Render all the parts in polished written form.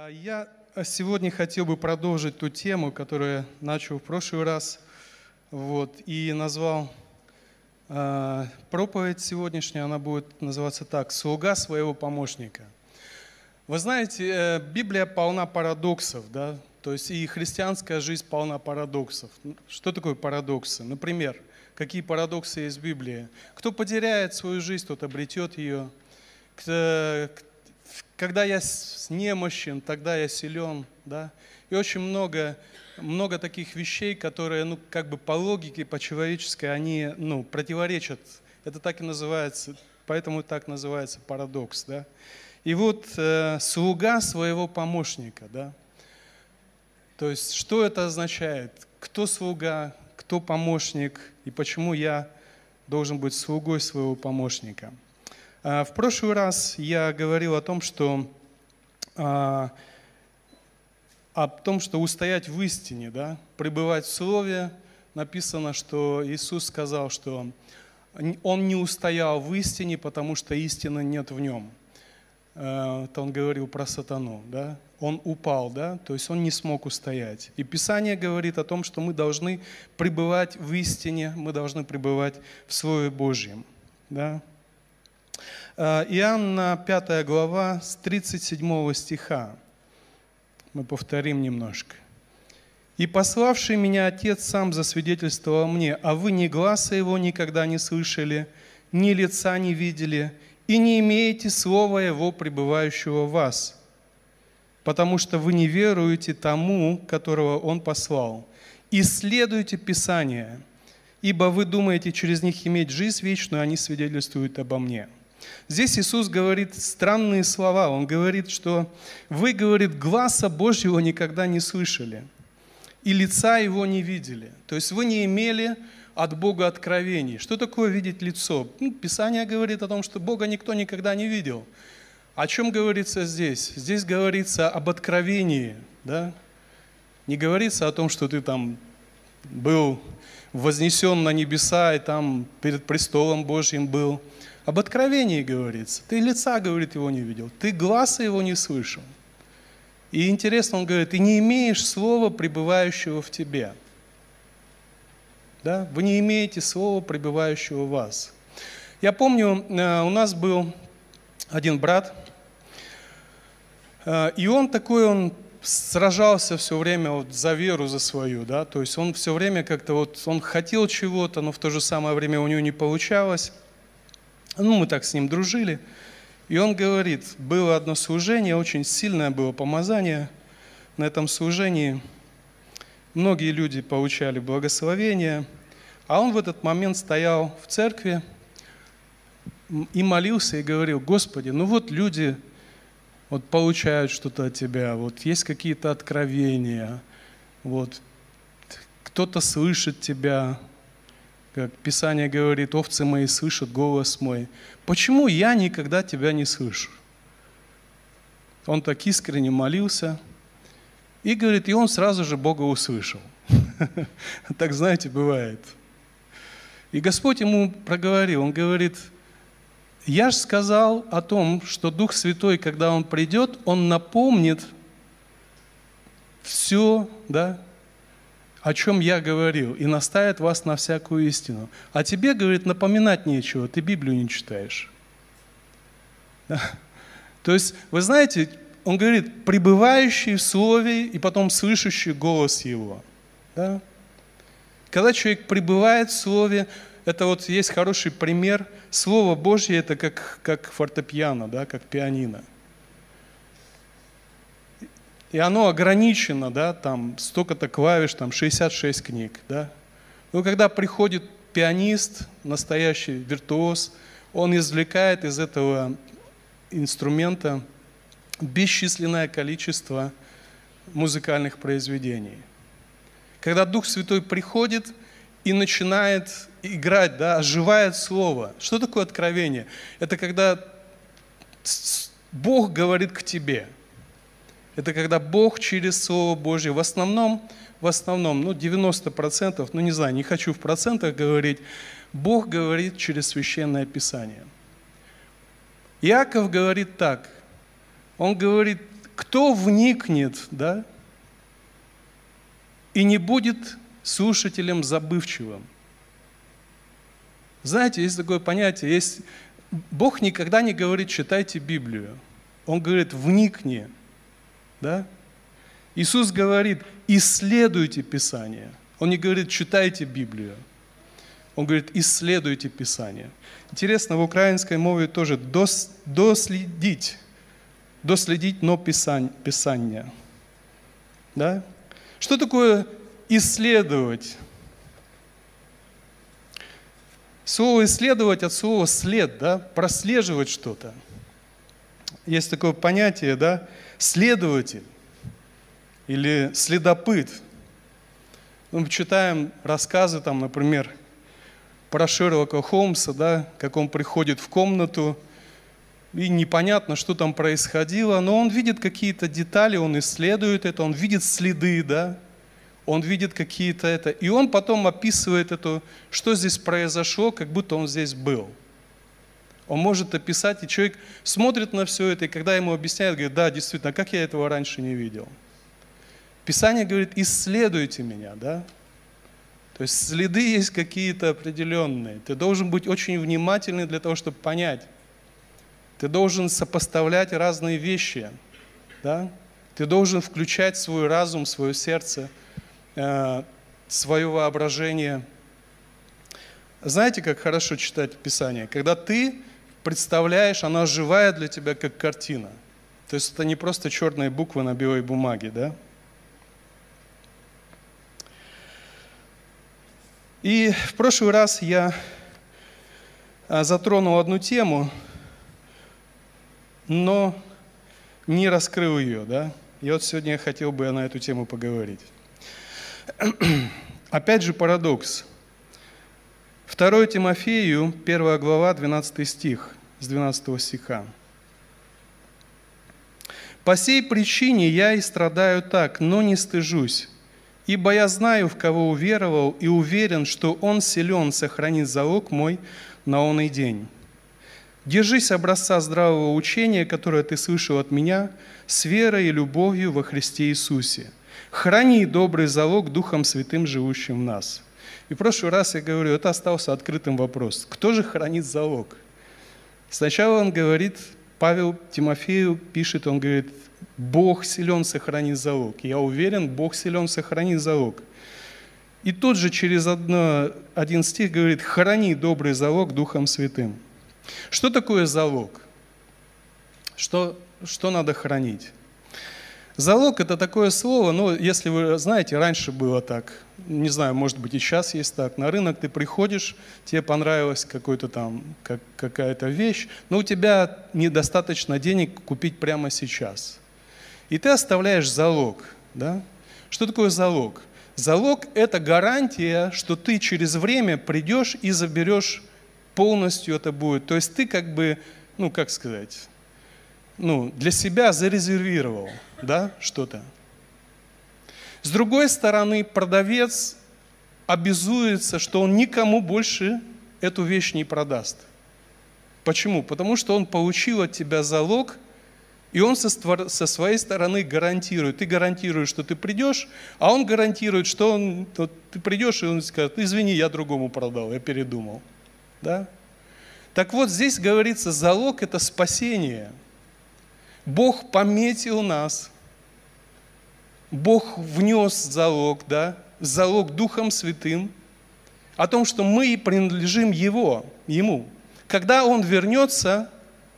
Я сегодня хотел бы продолжить ту тему, которую я начал в прошлый раз, и назвал проповедь сегодняшняя, она будет называться так: «Слуга своего помощника». Вы знаете, Библия полна парадоксов, да? То есть и христианская жизнь полна парадоксов. Что такое парадоксы? Например, какие парадоксы есть в Библии? Кто потеряет свою жизнь, тот обретет ее. Когда я немощен, тогда я силен, да? И очень много таких вещей, которые, по логике, по человеческой, они, противоречат. Это так и называется, поэтому так называется парадокс, да? И слуга своего помощника, да? То есть, что это означает? Кто слуга, кто помощник, и почему я должен быть слугой своего помощника? В прошлый раз я говорил о том, что устоять в истине, да, пребывать в Слове. Написано, что Иисус сказал, что Он не устоял в истине, потому что истины нет в Нем. Это Он говорил про сатану, да? Он упал, да? То есть Он не смог устоять. И Писание говорит о том, что мы должны пребывать в истине, мы должны пребывать в Слове Божьем, да? Иоанна 5 глава с 37 стиха. Мы повторим немножко. «И пославший меня Отец сам засвидетельствовал мне, а вы ни гласа Его никогда не слышали, ни лица не видели, и не имеете слова Его, пребывающего в вас, потому что вы не веруете тому, которого Он послал. Исследуйте Писания, ибо вы думаете через них иметь жизнь вечную, они свидетельствуют обо мне». Здесь Иисус говорит странные слова. Он говорит, что вы, говорит, гласа Божьего никогда не слышали и лица Его не видели. То есть вы не имели от Бога откровений. Что такое видеть лицо? Писание говорит о том, что Бога никто никогда не видел. О чем говорится здесь? Здесь говорится об откровении, да? Не говорится о том, что ты там был вознесен на небеса и там перед престолом Божьим был. Об откровении говорится. Ты лица, говорит, Его не видел, ты гласа Его не слышал. И интересно, Он говорит, ты не имеешь слова, пребывающего в тебе. Да? Вы не имеете слова, пребывающего в вас. Я помню, у нас был один брат, и он сражался все время за веру, за свою, да, то есть он все время как-то он хотел чего-то, но в то же самое время у него не получалось. Мы так с ним дружили, и он говорит, было одно служение, очень сильное было помазание на этом служении, многие люди получали благословение, а он в этот момент стоял в церкви и молился, и говорил, Господи, люди получают что-то от Тебя, есть какие-то откровения, кто-то слышит Тебя, как Писание говорит, овцы мои слышат голос мой. Почему я никогда Тебя не слышу? Он так искренне молился, и говорит, и он сразу же Бога услышал. Так, знаете, бывает. И Господь ему проговорил, Он говорит, я же сказал о том, что Дух Святой, когда Он придет, Он напомнит все, да, о чем я говорил, и наставит вас на всякую истину. А тебе, говорит, напоминать нечего, ты Библию не читаешь. Да? То есть, вы знаете, он говорит, пребывающий в Слове и потом слышащий голос Его. Да? Когда человек пребывает в Слове, это есть хороший пример. Слово Божье – это как фортепиано, да, как пианино. И оно ограничено, да, там столько-то клавиш, там 66 книг, да. Но когда приходит пианист, настоящий виртуоз, он извлекает из этого инструмента бесчисленное количество музыкальных произведений. Когда Дух Святой приходит и начинает играть, да, оживает Слово. Что такое откровение? Это когда Бог говорит к тебе. Это когда Бог через Слово Божье, в основном, 90%, не знаю, не хочу в процентах говорить, Бог говорит через Священное Писание. Иаков говорит так, он говорит, кто вникнет, да, и не будет слушателем забывчивым? Знаете, есть такое понятие, Бог никогда не говорит, читайте Библию. Он говорит, вникни. Да? Иисус говорит, исследуйте Писание. Он не говорит, читайте Библию. Он говорит, исследуйте Писание. Интересно, в украинской мове тоже доследить, но Писание. Да? Что такое исследовать? Слово «исследовать» от слова «след», да? Прослеживать что-то. Есть такое понятие, да? Следователь или следопыт. Мы читаем рассказы, там, например, про Шерлока Холмса, да? Как он приходит в комнату, и непонятно, что там происходило, но он видит какие-то детали, он исследует это, он видит следы, да? Он видит какие-то это, и он потом описывает это, что здесь произошло, как будто он здесь был. Он может описать, и человек смотрит на все это, и когда ему объясняют, говорит, да, действительно, как я этого раньше не видел. Писание говорит, исследуйте меня, да? То есть следы есть какие-то определенные. Ты должен быть очень внимательный для того, чтобы понять. Ты должен сопоставлять разные вещи, да? Ты должен включать свой разум, свое сердце, свое воображение. Знаете, как хорошо читать Писание? Когда ты представляешь, она живая для тебя, как картина. То есть это не просто черные буквы на белой бумаге, да? И в прошлый раз я затронул одну тему, но не раскрыл ее, да? И вот сегодня я хотел бы на эту тему поговорить. Опять же парадокс. 2 Тимофею, 1 глава, 12 стих, с 12 стиха. «По сей причине я и страдаю так, но не стыжусь, ибо я знаю, в кого уверовал, и уверен, что Он силен сохранить залог мой на оный день. Держись образца здравого учения, которое ты слышал от меня, с верой и любовью во Христе Иисусе. Храни добрый залог Духом Святым, живущим в нас». И в прошлый раз я говорю, это остался открытым вопрос. Кто же хранит залог? Сначала он говорит, Павел Тимофею пишет, он говорит, Бог силен сохранить залог. Я уверен, Бог силен сохранить залог. И тут же через один стих говорит, храни добрый залог Духом Святым. Что такое залог? Что надо хранить? Залог – это такое слово, ну, если вы знаете, раньше было так, не знаю, может быть, и сейчас есть так. На рынок ты приходишь, тебе понравилась какая-то вещь, но у тебя недостаточно денег купить прямо сейчас. И ты оставляешь залог, да? Что такое залог? Залог – это гарантия, что ты через время придешь и заберешь полностью это будет. То есть ты как бы, ну, как сказать, ну, для себя зарезервировал, да, что-то. С другой стороны, продавец обязуется, что он никому больше эту вещь не продаст. Почему? Потому что он получил от тебя залог, и он со своей стороны гарантирует. Ты гарантируешь, что ты придешь, а он гарантирует, что ты придешь, и он скажет, извини, я другому продал, я передумал. Да? Так вот, здесь говорится, залог – это спасение. Бог пометил нас, Бог внес залог, да, залог Духом Святым, о том, что мы принадлежим Ему. Когда Он вернется,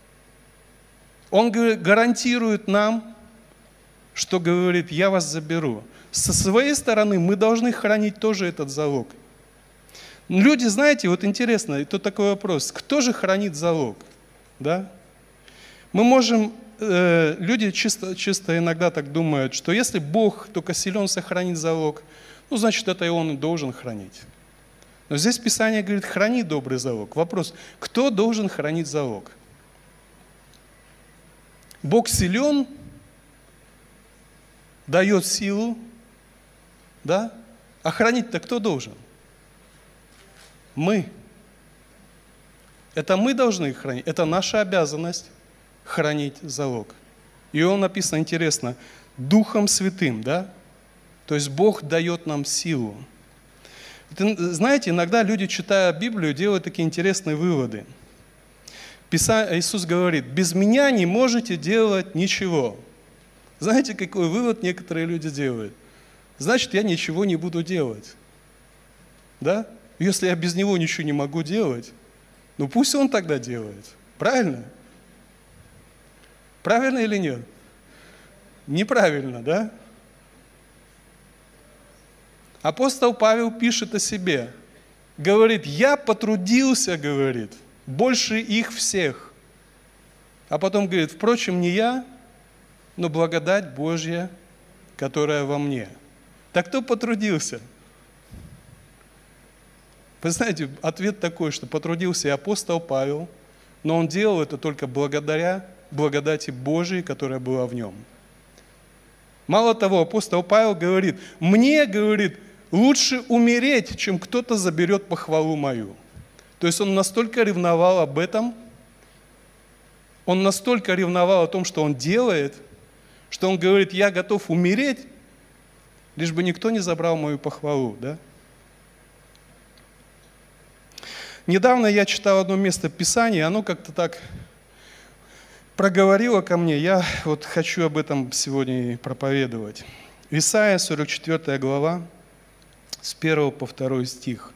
Он гарантирует нам, что говорит, я вас заберу. Со своей стороны мы должны хранить тоже этот залог. Люди, знаете, вот интересно, тут такой вопрос, кто же хранит залог? Да? Мы можем... Люди чисто иногда так думают, что если Бог только силен сохранить залог, ну, значит, это и Он и должен хранить. Но здесь Писание говорит, храни добрый залог. Вопрос, кто должен хранить залог? Бог силен, дает силу, да? А хранить-то кто должен? Мы. Это мы должны хранить, это наша обязанность. Хранить залог. И он написано интересно, Духом Святым, да? То есть Бог дает нам силу. Знаете, иногда люди, читая Библию, делают такие интересные выводы. Иисус говорит, без меня не можете делать ничего. Знаете, какой вывод некоторые люди делают? Значит, я ничего не буду делать. Да? Если я без него ничего не могу делать, ну пусть он тогда делает. Правильно? Правильно или нет? Неправильно, да? Апостол Павел пишет о себе. Говорит, я потрудился, говорит, больше их всех. А потом говорит, впрочем, не я, но благодать Божья, которая во мне. Так кто потрудился? Вы знаете, ответ такой, что потрудился и апостол Павел, но он делал это только благодаря благодати Божией, которая была в нем. Мало того, апостол Павел говорит, мне, говорит, лучше умереть, чем кто-то заберет похвалу мою. То есть он настолько ревновал об этом, он настолько ревновал о том, что он делает, что он говорит, я готов умереть, лишь бы никто не забрал мою похвалу. Да? Недавно я читал одно место Писания, оно как-то так проговорило ко мне, я вот хочу об этом сегодня и проповедовать. Исайя, 44 глава, с 1 по 2 стих.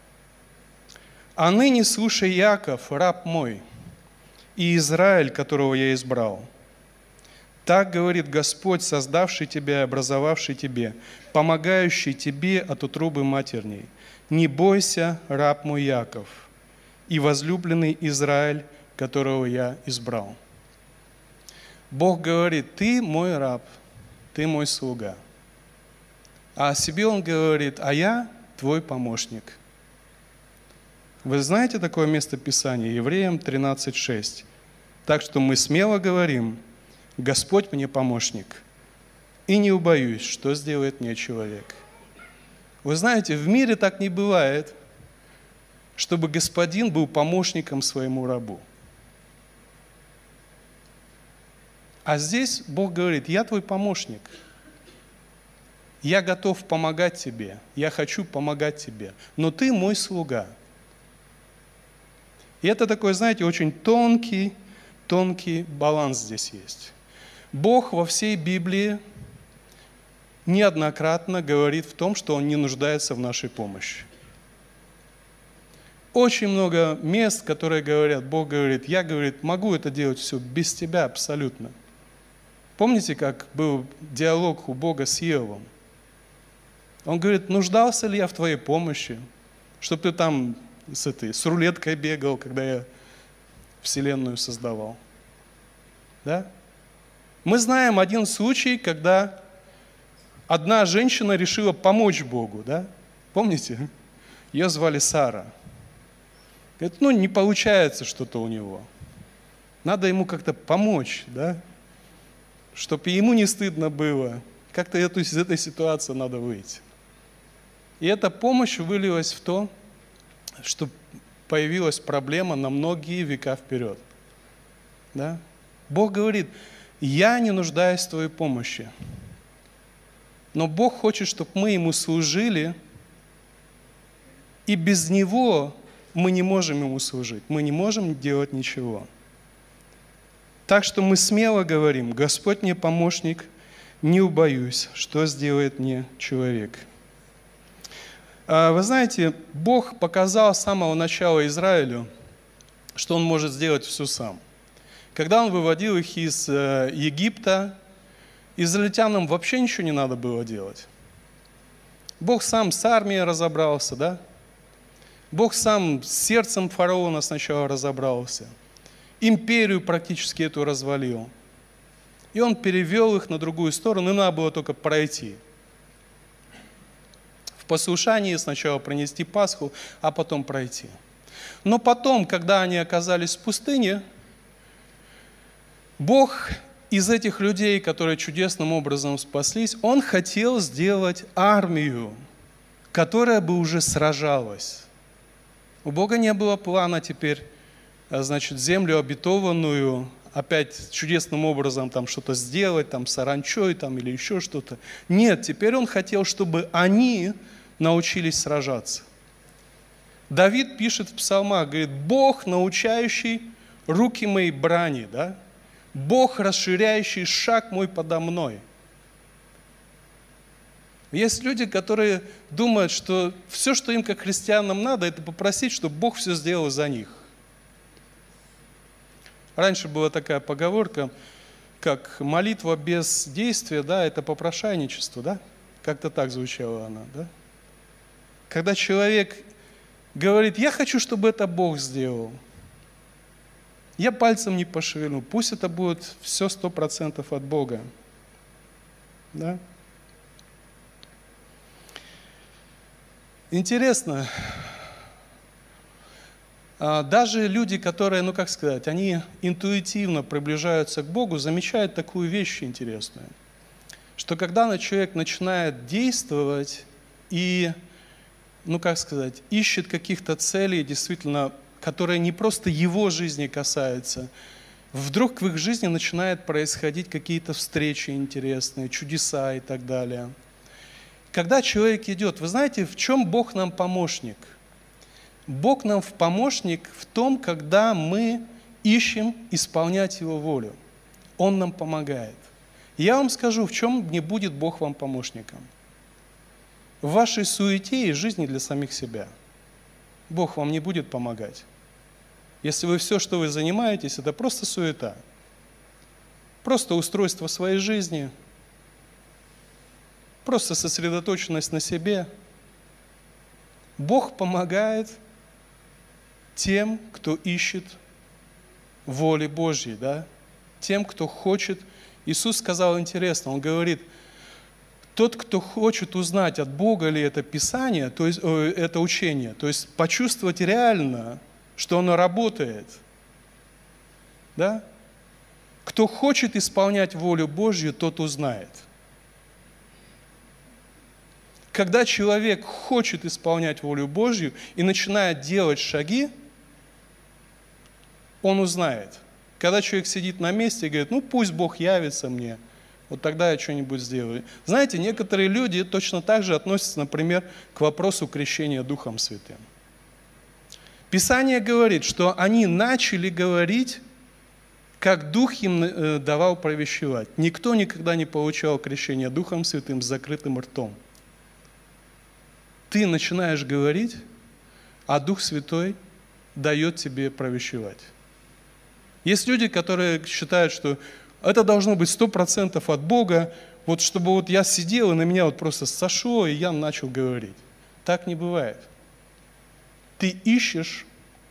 «А ныне слушай, Яков, раб мой, и Израиль, которого я избрал. Так говорит Господь, создавший тебя и образовавший тебе, помогающий тебе от утробы матерней. Не бойся, раб мой Яков, и возлюбленный Израиль, которого я избрал». Бог говорит, ты мой раб, ты мой слуга. А о себе Он говорит, а я твой помощник. Вы знаете такое место Писания? Евреям 13:6. Так что мы смело говорим, Господь мне помощник, и не убоюсь, что сделает мне человек. Вы знаете, в мире так не бывает, чтобы господин был помощником своему рабу. А здесь Бог говорит, я твой помощник. Я готов помогать тебе, я хочу помогать тебе, но ты мой слуга. И это такой, знаете, очень тонкий баланс здесь есть. Бог во всей Библии неоднократно говорит в том, что Он не нуждается в нашей помощи. Очень много мест, которые говорят, Бог говорит, я, говорит, могу это делать все без тебя абсолютно. Помните, как был диалог у Бога с Иовом? Он говорит, нуждался ли я в твоей помощи, чтобы ты там с рулеткой бегал, когда я Вселенную создавал. Да? Мы знаем один случай, когда одна женщина решила помочь Богу. Да? Помните? Ее звали Сара. Говорит, не получается что-то у него. Надо ему как-то помочь, да? Чтобы ему не стыдно было. Как-то из этой ситуации надо выйти. И эта помощь вылилась в то, что появилась проблема на многие века вперед. Да? Бог говорит, я не нуждаюсь в твоей помощи. Но Бог хочет, чтобы мы Ему служили, и без Него мы не можем Ему служить, мы не можем делать ничего. Так что мы смело говорим, Господь мне помощник, не убоюсь, что сделает мне человек. Вы знаете, Бог показал с самого начала Израилю, что Он может сделать все сам. Когда Он выводил их из Египта, израильтянам вообще ничего не надо было делать. Бог сам с армией разобрался, да? Бог сам с сердцем фараона сначала разобрался. Империю практически эту развалил. И Он перевел их на другую сторону, им надо было только пройти. В послушании сначала принести Пасху, а потом пройти. Но потом, когда они оказались в пустыне, Бог из этих людей, которые чудесным образом спаслись, Он хотел сделать армию, которая бы уже сражалась. У Бога не было плана теперь, землю обетованную опять чудесным образом там что-то сделать, там саранчой там, или еще что-то. Нет, теперь он хотел, чтобы они научились сражаться. Давид пишет в псалмах, говорит, Бог, научающий руки мои брани, да? Бог, расширяющий шаг мой подо мной. Есть люди, которые думают, что все, что им как христианам надо, это попросить, чтобы Бог все сделал за них. Раньше была такая поговорка, как молитва без действия, да, это попрошайничество, да? Как-то так звучала она, да? Когда человек говорит, я хочу, чтобы это Бог сделал. Я пальцем не пошевелю, пусть это будет все 100% от Бога. Да? Интересно, даже люди, которые, ну как сказать, они интуитивно приближаются к Богу, замечают такую вещь интересную, что когда человек начинает действовать и, ну как сказать, ищет каких-то целей, действительно, которые не просто его жизни касаются, вдруг в их жизни начинают происходить какие-то встречи интересные, чудеса и так далее. Когда человек идет, вы знаете, в чем Бог нам помощник? Бог нам помощник в том, когда мы ищем исполнять Его волю. Он нам помогает. Я вам скажу, в чем не будет Бог вам помощником. В вашей суете и жизни для самих себя. Бог вам не будет помогать. Если вы все, что вы занимаетесь, это просто суета. Просто устройство своей жизни, просто сосредоточенность на себе. Бог помогает тем, кто ищет воли Божьей, да? Тем, кто хочет. Иисус сказал интересно, Он говорит, тот, кто хочет узнать от Бога ли это Писание, то есть это учение, то есть почувствовать реально, что оно работает, да? Кто хочет исполнять волю Божью, тот узнает. Когда человек хочет исполнять волю Божью и начинает делать шаги, он узнает. Когда человек сидит на месте и говорит, ну пусть Бог явится мне, вот тогда я что-нибудь сделаю. Знаете, некоторые люди точно так же относятся, например, к вопросу крещения Духом Святым. Писание говорит, что они начали говорить, как Дух им давал провещевать. Никто никогда не получал крещения Духом Святым с закрытым ртом. Ты начинаешь говорить, а Дух Святой дает тебе провещевать. Есть люди, которые считают, что это должно быть 100% от Бога, вот чтобы вот я сидел, и на меня вот просто сошло, и я начал говорить. Так не бывает. Ты ищешь,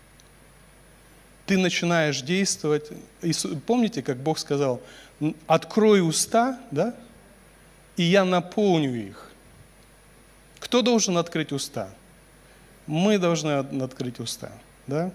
ты начинаешь действовать. И помните, как Бог сказал, открой уста, да, и я наполню их. Кто должен открыть уста? Мы должны открыть уста, да?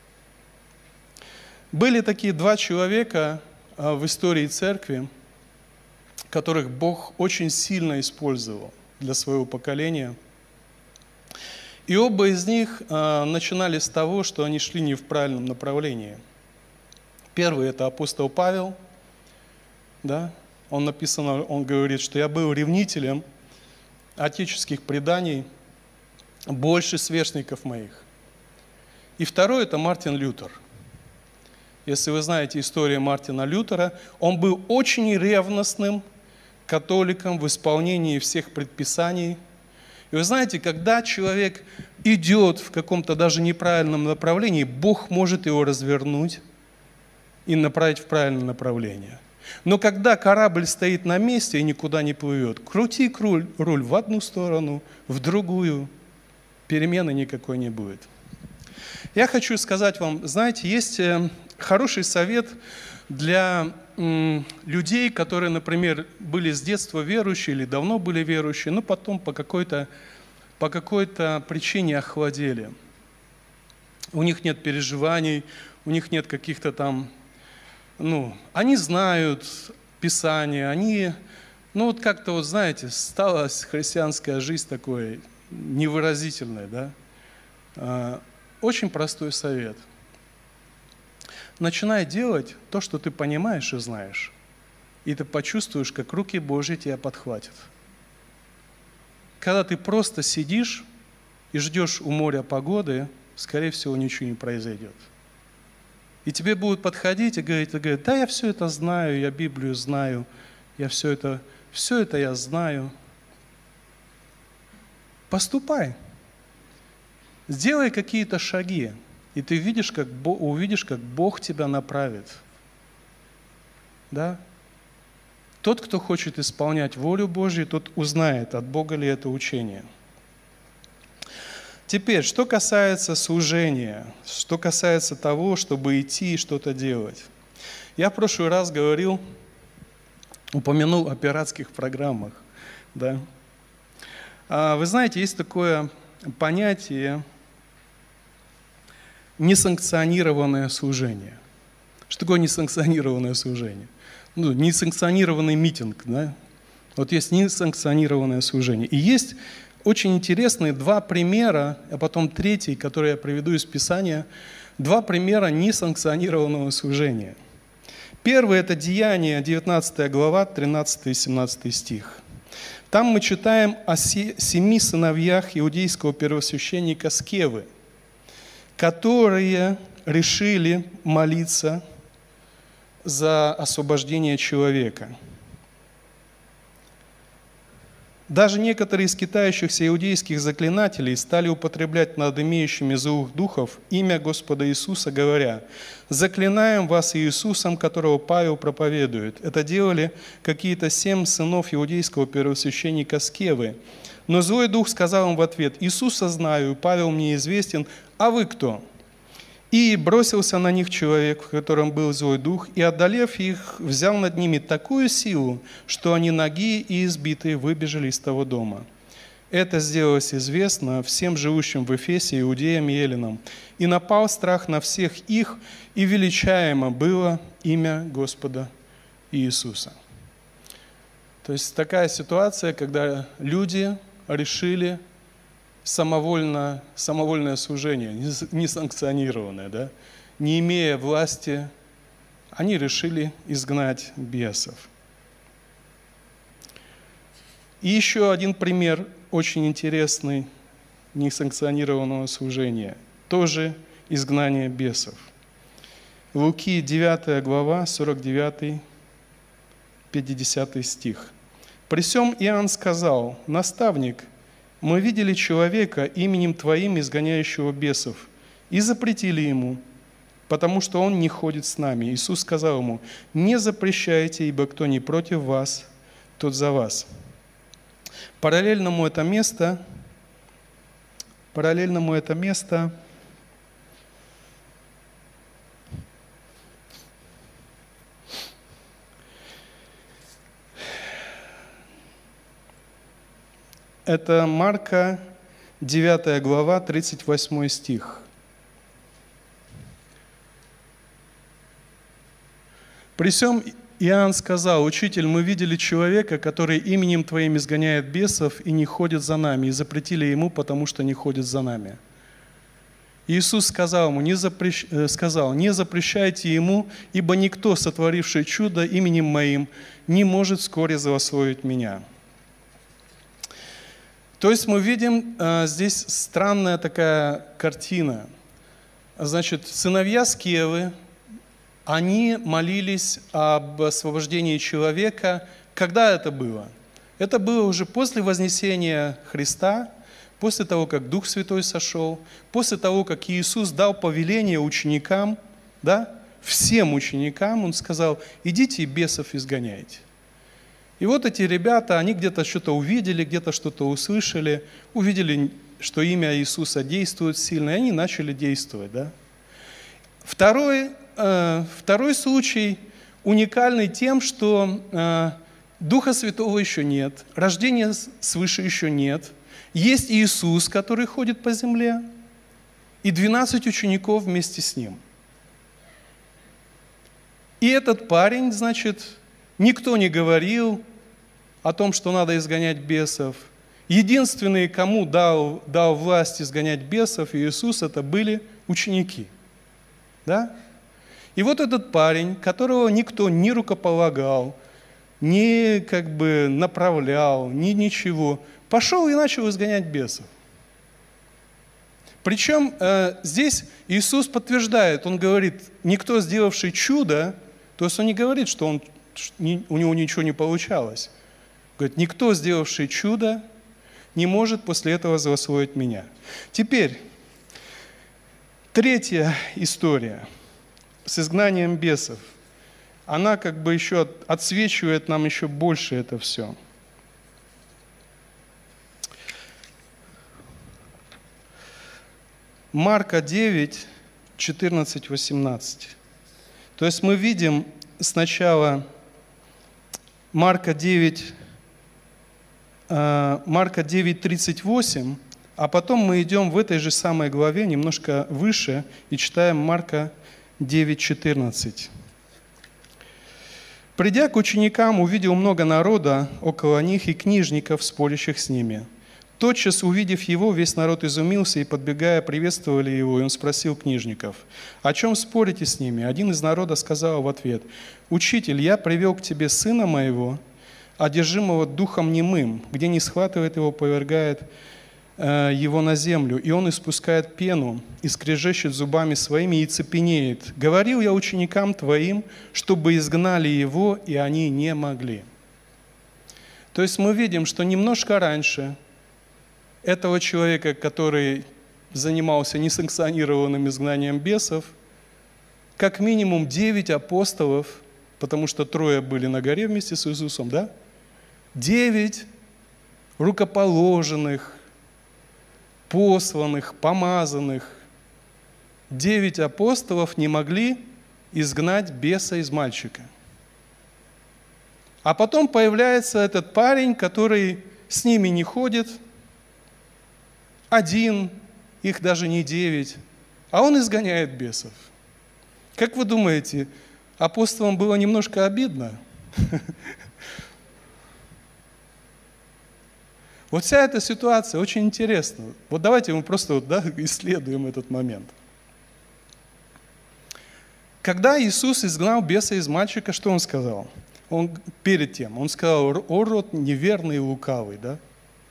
Были такие два человека в истории церкви, которых Бог очень сильно использовал для своего поколения. И оба из них начинали с того, что они шли не в правильном направлении. Первый – это апостол Павел. Да? Он говорит, что я был ревнителем отеческих преданий больше сверстников моих. И второй – это Мартин Лютер. Если вы знаете историю Мартина Лютера, он был очень ревностным католиком в исполнении всех предписаний. И вы знаете, когда человек идет в каком-то даже неправильном направлении, Бог может его развернуть и направить в правильное направление. Но когда корабль стоит на месте и никуда не плывет, крути руль в одну сторону, в другую, перемены никакой не будет. Я хочу сказать вам, знаете, есть хороший совет для людей, которые, например, были с детства верующие или давно были верующие, но потом по какой-то причине охладели. У них нет переживаний, у них нет каких-то там, они знают Писание, они, вот как-то, вот знаете, стала христианская жизнь такой невыразительной, да? Очень простой совет. начинай делать то, что ты понимаешь и знаешь. И ты почувствуешь, как руки Божьи тебя подхватят. Когда ты просто сидишь и ждешь у моря погоды, скорее всего, ничего не произойдет. И тебе будут подходить и говорить, да, я все это знаю, я Библию знаю, я все это я знаю. Поступай. Сделай какие-то шаги, и ты увидишь, как Бог тебя направит. Да? Тот, кто хочет исполнять волю Божью, тот узнает, от Бога ли это учение. Теперь, что касается служения, что касается того, чтобы идти и что-то делать. Я в прошлый раз упомянул о пиратских программах. Да? Вы знаете, есть такое понятие несанкционированное служение. Что такое несанкционированное служение? Несанкционированный митинг. Да? Вот есть несанкционированное служение. И есть очень интересные два примера, а потом третий, который я приведу из Писания, два примера несанкционированного служения. Первый – это Деяния, 19 глава, 13 и 17 стих. Там мы читаем о 7 сыновьях иудейского первосвященника Скевы, которые решили молиться за освобождение человека. Даже некоторые из скитающихся иудейских заклинателей стали употреблять над имеющими злых духов имя Господа Иисуса, говоря: «Заклинаем вас Иисусом, которого Павел проповедует». Это делали какие-то 7 сынов иудейского первосвященника Скевы. Но злой дух сказал им в ответ: «Иисуса знаю, Павел мне известен, а вы кто?» И бросился на них человек, в котором был злой дух, и, одолев их, взял над ними такую силу, что они нагие и избитые выбежали из того дома. Это сделалось известно всем живущим в Эфесе, иудеям и эллинам. И напал страх на всех их, и величаемо было имя Господа Иисуса. То есть такая ситуация, когда люди решили самовольное служение, несанкционированное, да? Не имея власти, они решили изгнать бесов. И еще один пример очень интересный несанкционированного служения, тоже изгнание бесов. Луки 9 глава, 49-50 стих. «При сем Иоанн сказал: наставник, мы видели человека именем Твоим, изгоняющего бесов, и запретили ему, потому что он не ходит с нами». Иисус сказал ему: «Не запрещайте, ибо кто не против вас, тот за вас». Параллельному это место это Марка, 9 глава, 38 стих. «При сем Иоанн сказал: Учитель, мы видели человека, который именем Твоим изгоняет бесов и не ходит за нами, и запретили ему, потому что не ходит за нами». Иисус сказал ему: не запрещайте ему, ибо никто, сотворивший чудо именем Моим, не может вскоре злословить Меня. То есть мы видим здесь странная такая картина. Значит, сыновья Скевы, они молились об освобождении человека. Когда это было? Это было уже после вознесения Христа, после того, как Дух Святой сошел, после того, как Иисус дал повеление ученикам, да, всем ученикам, Он сказал: идите и бесов изгоняйте. И вот эти ребята, они где-то что-то увидели, где-то что-то услышали, увидели, что имя Иисуса действует сильно, и они начали действовать. Да? Второй случай уникальный тем, что Духа Святого еще нет, рождения свыше еще нет. Есть Иисус, который ходит по земле, и 12 учеников вместе с Ним. И этот парень, значит, никто не говорил о том, что надо изгонять бесов. Единственные, кому дал власть изгонять бесов Иисус, это были ученики. Да? И вот этот парень, которого никто не рукополагал, не как бы направлял, ни ничего, пошел и начал изгонять бесов. Причем здесь Иисус подтверждает, Он говорит, никто, сделавший чудо, то есть Он не говорит, что у него ничего не получалось. Говорит, никто, сделавший чудо, не может после этого злословить меня. Теперь, третья история с изгнанием бесов. Она как бы еще отсвечивает нам еще больше это все. Марка 9, 14, 18. То есть мы видим сначала Марка 9, 38, а потом мы идем в этой же самой главе, немножко выше, и читаем Марка 9, 14. «Придя к ученикам, увидел много народа около них и книжников, спорящих с ними. Тотчас, увидев его, весь народ изумился и, подбегая, приветствовали его, и он спросил книжников: «О чем спорите с ними?» Один из народа сказал в ответ: «Учитель, я привел к тебе сына моего, одержимого духом немым, где не схватывает его, повергает его на землю, и он испускает пену, и скрежещет зубами своими, и цепенеет. Говорил я ученикам твоим, чтобы изгнали его, и они не могли». То есть мы видим, что немножко раньше этого человека, который занимался несанкционированным изгнанием бесов, как минимум 9 апостолов, потому что 3 были на горе вместе с Иисусом, да? 9 рукоположенных, посланных, помазанных, 9 апостолов не могли изгнать беса из мальчика. А потом появляется этот парень, который с ними не ходит, один, их даже не 9, а он изгоняет бесов. Как вы думаете, апостолам было немножко обидно? Вот вся эта ситуация очень интересна. Вот давайте мы просто исследуем этот момент. Когда Иисус изгнал беса из мальчика, что Он сказал? Он перед тем, Он сказал: «О род неверный и лукавый», да?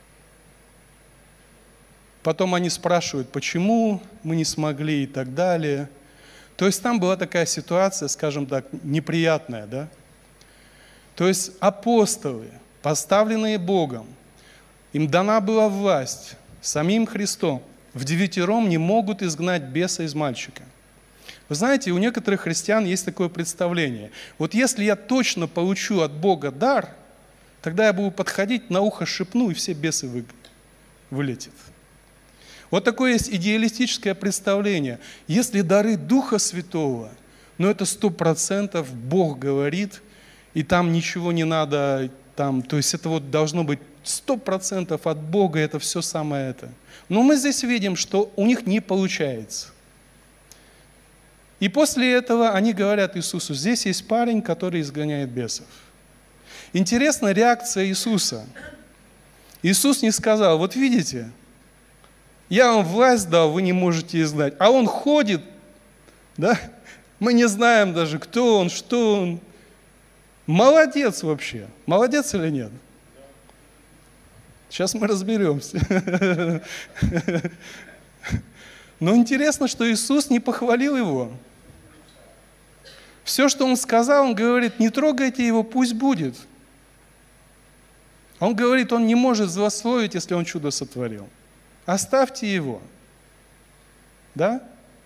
Потом они спрашивают, почему мы не смогли и так далее. То есть там была такая ситуация, скажем так, неприятная, да? То есть апостолы, поставленные Богом, им дана была власть самим Христом, вдевятером не могут изгнать беса из мальчика. Вы знаете, у некоторых христиан есть такое представление. Вот если я точно получу от Бога дар, тогда я буду подходить, на ухо шепну, и все бесы вылетят. Вот такое есть идеалистическое представление. Если дары Духа Святого, ну это 100% Бог говорит, и там ничего не надо, то есть это вот должно быть 100% от Бога, это все самое это. Но мы здесь видим, что у них не получается. И после этого они говорят Иисусу: здесь есть парень, который изгоняет бесов. Интересна реакция Иисуса. Иисус не сказал: вот видите, я вам власть дал, вы не можете изгнать. А он ходит, да? Мы не знаем даже, кто он, что он. Молодец вообще. Молодец или нет? Сейчас мы разберемся. Но интересно, что Иисус не похвалил его. Все, что он сказал, он говорит: не трогайте его, пусть будет. Он говорит, он не может злословить, если он чудо сотворил. Оставьте его. Да?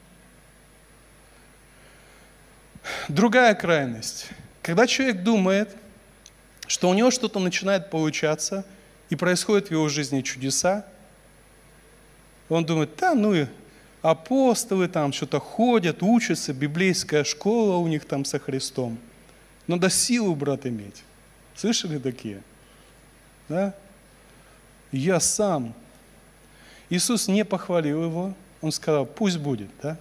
Другая крайность. Когда человек думает, что у него что-то начинает получаться, и происходят в его жизни чудеса, он думает: да, ну и апостолы там что-то ходят, учатся, библейская школа у них там со Христом. Надо силу, брат, иметь. Слышали такие? Да? Я сам. Иисус не похвалил его, Он сказал: пусть будет. Да?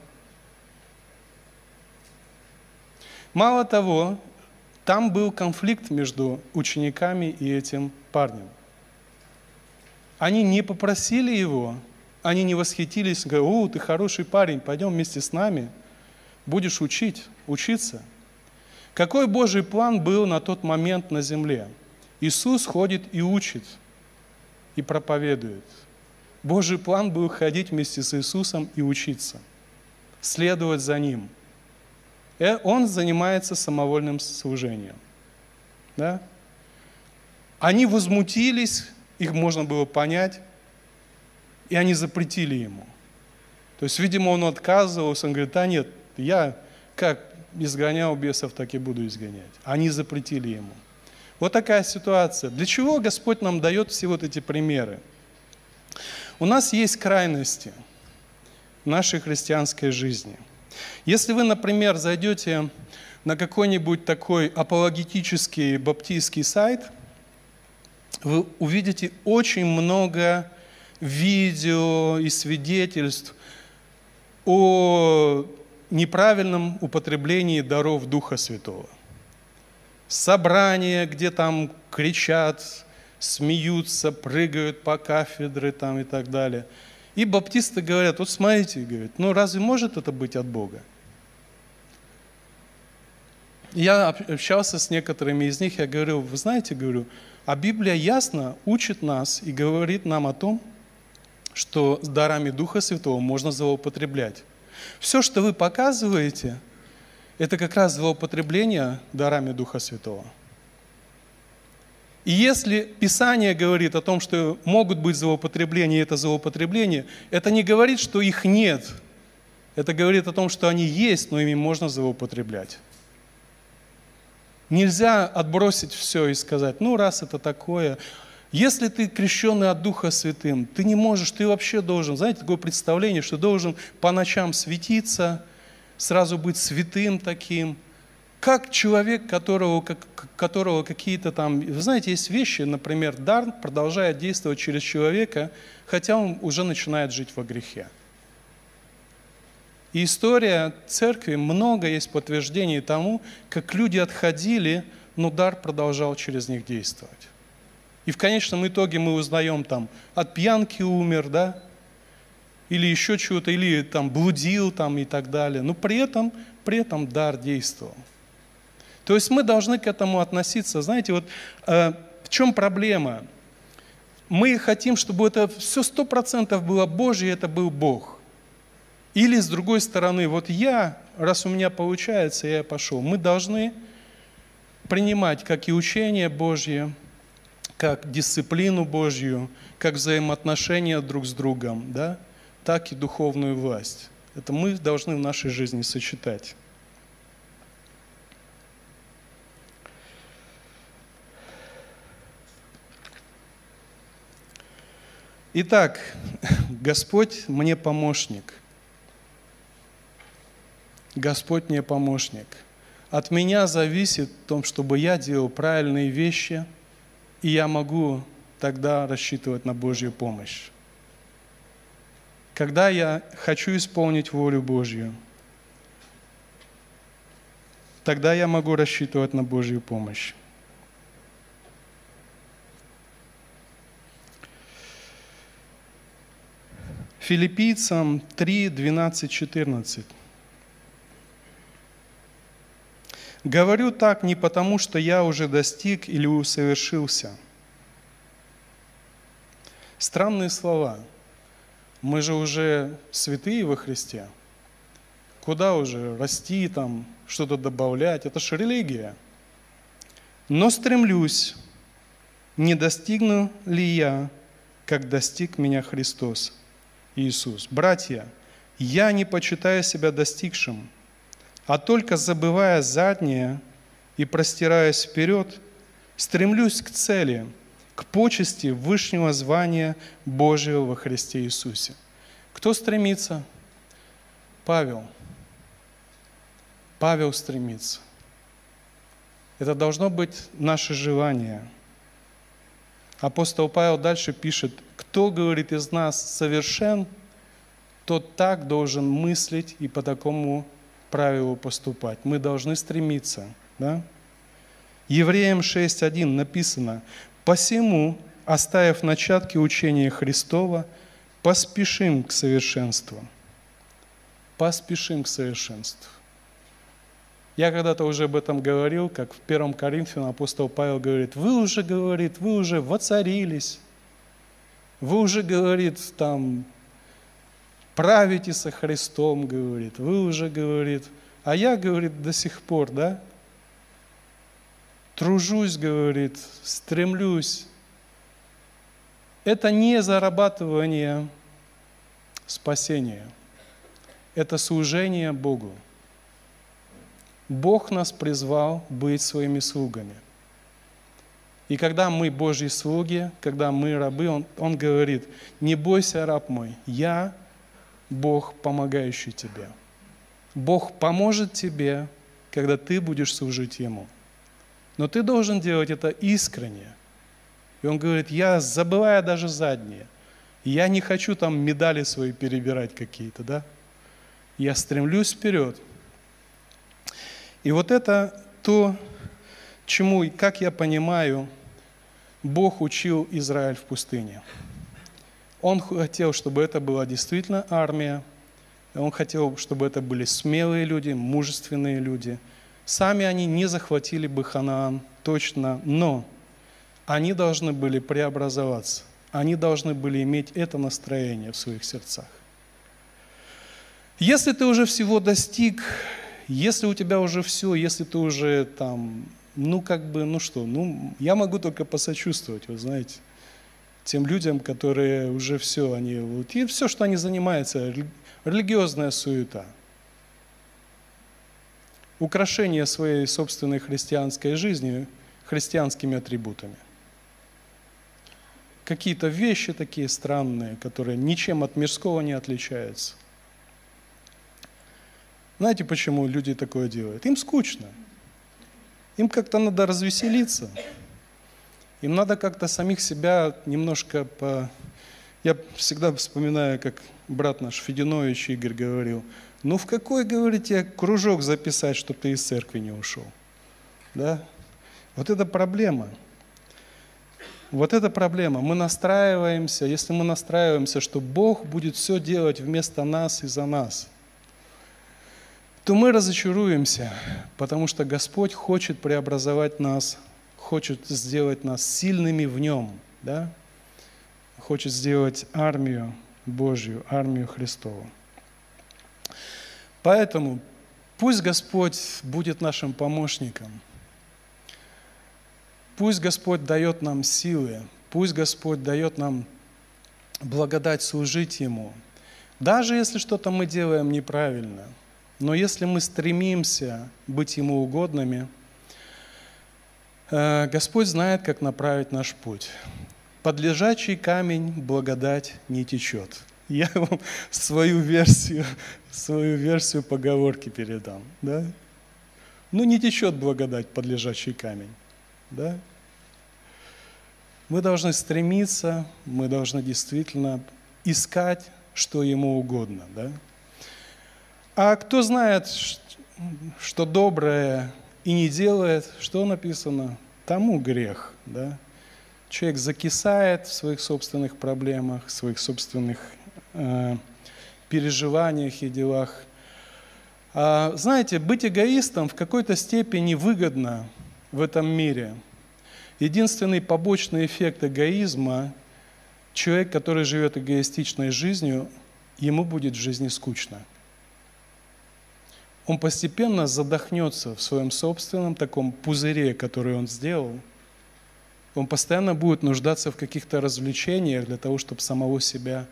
Мало того, там был конфликт между учениками и этим парнем. Они не попросили его, они не восхитились, говорят: о, ты хороший парень, пойдем вместе с нами. будешь учиться. Какой Божий план был на тот момент на земле? Иисус ходит и учит, и проповедует. Божий план был ходить вместе с Иисусом и учиться, следовать за Ним. Он занимается самовольным служением. Да? Они возмутились, их можно было понять, и они запретили Ему. То есть, видимо, он отказывался, он говорит: да нет, я как изгонял бесов, так и буду изгонять. Они запретили Ему. Вот такая ситуация. Для чего Господь нам дает все вот эти примеры? У нас есть крайности в нашей христианской жизни. Если вы, например, зайдете на какой-нибудь такой апологетический баптистский сайт, вы увидите очень много видео и свидетельств о неправильном употреблении даров Духа Святого. Собрания, где там кричат, смеются, прыгают по кафедре там и так далее. И баптисты говорят: вот смотрите, говорят, ну разве может это быть от Бога? Я общался с некоторыми из них, я говорю: вы знаете, говорю, а Библия ясно учит нас и говорит нам о том, что с дарами Духа Святого можно злоупотреблять. Все, что вы показываете, это как раз злоупотребление дарами Духа Святого. И если Писание говорит о том, что могут быть злоупотребления, и это злоупотребление, это не говорит, что их нет. Это говорит о том, что они есть, но ими можно злоупотреблять. Нельзя отбросить все и сказать: ну раз это такое. Если ты крещенный от Духа Святым, ты не можешь, ты вообще должен, знаете, такое представление, что должен по ночам светиться, сразу быть святым таким. Как человек, которого какие-то там... Вы знаете, есть вещи, например, дар продолжает действовать через человека, хотя он уже начинает жить во грехе. И история церкви, много есть подтверждений тому, как люди отходили, но дар продолжал через них действовать. И в конечном итоге мы узнаем, там, от пьянки умер, да, или еще чего-то, или там блудил там, и так далее. Но при этом дар действовал. То есть мы должны к этому относиться. Знаете, вот в чем проблема? Мы хотим, чтобы это все 100% было Божье, и это был Бог. Или с другой стороны, вот раз у меня получается, я пошел. Мы должны принимать как и учение Божье, как дисциплину Божью, как взаимоотношения друг с другом, да, так и духовную власть. Это мы должны в нашей жизни сочетать. Итак, Господь мне помощник. Господь мне помощник. От меня зависит в том, чтобы я делал правильные вещи, и я могу тогда рассчитывать на Божью помощь. Когда я хочу исполнить волю Божью, тогда я могу рассчитывать на Божью помощь. Филиппийцам 3, 12, 14. «Говорю так не потому, что я уже достиг или усовершился». Странные слова. Мы же уже святые во Христе. Куда уже расти, там, что-то добавлять? Это же религия. «Но стремлюсь, не достигну ли я, как достиг меня Христос, Иисус. Братья, я не почитаю себя достигшим, а только забывая заднее и простираясь вперед, стремлюсь к цели, к почести вышнего звания Божьего во Христе Иисусе». Кто стремится? Павел. Павел стремится. Это должно быть наше желание. Апостол Павел дальше пишет: кто, говорит, из нас совершен, тот так должен мыслить и по такому правилу поступать. Мы должны стремиться. Да? Евреям 6:1 написано: «Посему, оставив начатки учения Христова, поспешим к совершенству». Поспешим к совершенству. Я когда-то уже об этом говорил, как в 1 Коринфянам апостол Павел говорит, вы уже воцарились, вы уже, говорит, там, правите со Христом, говорит, вы уже, говорит, а я, говорит, до сих пор, да, тружусь, говорит, стремлюсь. Это не зарабатывание спасения, это служение Богу. Бог нас призвал быть своими слугами. И когда мы Божьи слуги, когда мы рабы, Он говорит, не бойся, раб мой, я Бог, помогающий тебе. Бог поможет тебе, когда ты будешь служить Ему. Но ты должен делать это искренне. И Он говорит, я забываю даже заднее. Я не хочу там медали свои перебирать какие-то, да? Я стремлюсь вперед. И вот это то, чему, как я понимаю, Бог учил Израиль в пустыне. Он хотел, чтобы это была действительно армия. Он хотел, чтобы это были смелые люди, мужественные люди. Сами они не захватили бы Ханаан, точно, но они должны были преобразоваться. Они должны были иметь это настроение в своих сердцах. Если ты уже всего достиг, если у тебя уже все, если ты уже там, я могу только посочувствовать, вы знаете, тем людям, которые уже все, и все, что они занимаются, религиозная суета, украшение своей собственной христианской жизни христианскими атрибутами. Какие-то вещи такие странные, которые ничем от мирского не отличаются. Знаете, почему люди такое делают? Им скучно. Им как-то надо развеселиться. Им надо как-то самих себя немножко Я всегда вспоминаю, как брат наш Фединович Игорь говорил, в какой, говорите, кружок записать, чтобы ты из церкви не ушел? Да? Вот это проблема. Вот это проблема. Мы настраиваемся, если мы настраиваемся, что Бог будет все делать вместо нас и за нас, то мы разочаруемся, потому что Господь хочет преобразовать нас, хочет сделать нас сильными в Нем, да? Хочет сделать армию Божью, армию Христову. Поэтому пусть Господь будет нашим помощником, пусть Господь дает нам силы, пусть Господь дает нам благодать служить Ему, даже если что-то мы делаем неправильно. Но если мы стремимся быть Ему угодными, Господь знает, как направить наш путь. Под лежачий камень благодать не течет. Я вам свою версию поговорки передам. Да? Не течет благодать под лежачий камень. Да? Мы должны стремиться, мы должны действительно искать, что Ему угодно. Да? А кто знает, что доброе и не делает, что написано? Тому грех. Да? Человек закисает в своих собственных проблемах, в своих собственных переживаниях и делах. Знаете, быть эгоистом в какой-то степени выгодно в этом мире. Единственный побочный эффект эгоизма – человек, который живет эгоистичной жизнью, ему будет в жизни скучно. Он постепенно задохнется в своем собственном таком пузыре, который он сделал. Он постоянно будет нуждаться в каких-то развлечениях для того, чтобы самого себя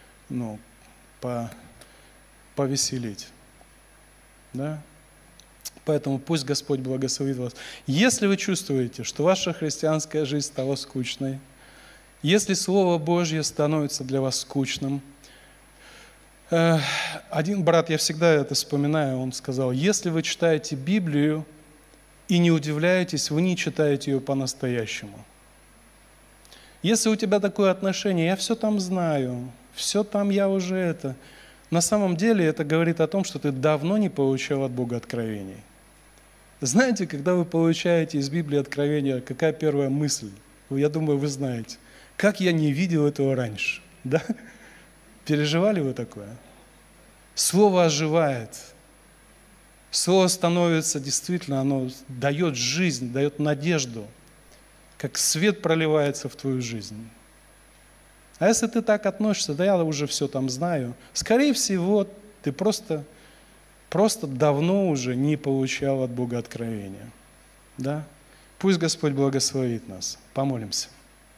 повеселить. Да? Поэтому пусть Господь благословит вас. Если вы чувствуете, что ваша христианская жизнь стала скучной, если Слово Божье становится для вас скучным, один брат, я всегда это вспоминаю, он сказал, если вы читаете Библию и не удивляетесь, вы не читаете ее по-настоящему. Если у тебя такое отношение, я все там знаю, все там я уже это. На самом деле это говорит о том, что ты давно не получал от Бога откровений. Знаете, когда вы получаете из Библии откровения, какая первая мысль? Я думаю, вы знаете. Как я не видел этого раньше? Да? Переживали вы такое? Слово оживает. Слово становится действительно, оно дает жизнь, дает надежду, как свет проливается в твою жизнь. А если ты так относишься, да я уже все там знаю, скорее всего, ты просто давно уже не получал от Бога откровения. Да? Пусть Господь благословит нас. Помолимся.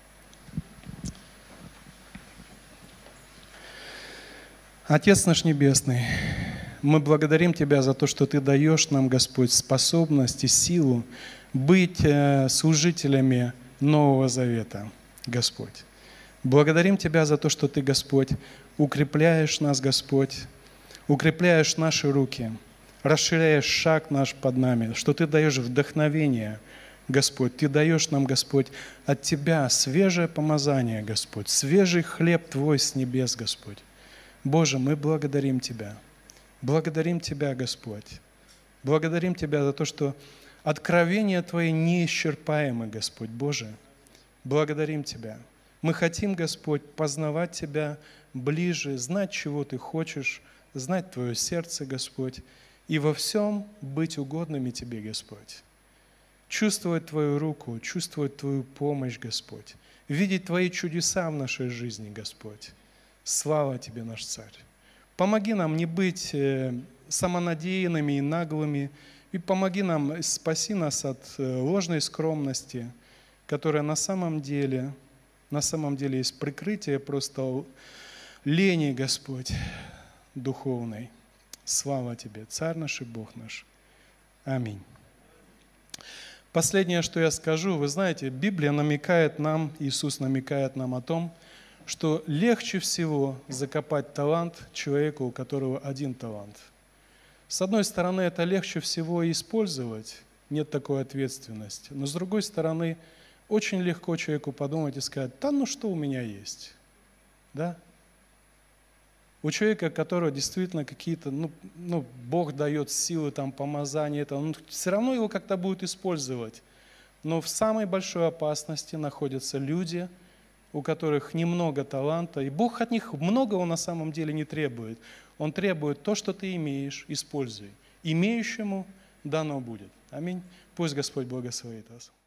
Отец наш Небесный, мы благодарим Тебя за то, что Ты даешь нам, Господь, способность и силу быть служителями Нового Завета, Господь. Благодарим Тебя за то, что Ты, Господь, укрепляешь нас, Господь, укрепляешь наши руки, расширяешь шаг наш под нами, что Ты даешь вдохновение, Господь. Ты даешь нам, Господь, от Тебя свежее помазание, Господь, свежий хлеб Твой с небес, Господь. Боже, мы благодарим Тебя. Благодарим Тебя, Господь. Благодарим Тебя за то, что откровения Твои неисчерпаемы, Господь Боже. Благодарим Тебя. Мы хотим, Господь, познавать Тебя ближе, знать, чего Ты хочешь, знать Твое сердце, Господь, и во всем быть угодными Тебе, Господь. Чувствовать Твою руку, чувствовать Твою помощь, Господь. Видеть Твои чудеса в нашей жизни, Господь. Слава Тебе, наш Царь. Помоги нам не быть самонадеянными и наглыми, и помоги нам, спаси нас от ложной скромности, которая на самом деле есть прикрытие просто лени, Господь, духовной. Слава Тебе, Царь наш и Бог наш. Аминь. Последнее, что я скажу, вы знаете, Библия намекает нам, Иисус намекает нам о том, что легче всего закопать талант человеку, у которого один талант. С одной стороны, это легче всего использовать, нет такой ответственности. Но с другой стороны, очень легко человеку подумать и сказать, да ну что у меня есть? Да? У человека, которого действительно какие-то, Бог дает силы, там, помазания, он все равно его как-то будет использовать. Но в самой большой опасности находятся люди, у которых немного таланта, и Бог от них многого на самом деле не требует. Он требует то, что ты имеешь, используй. Имеющему дано будет. Аминь. Пусть Господь благословит вас.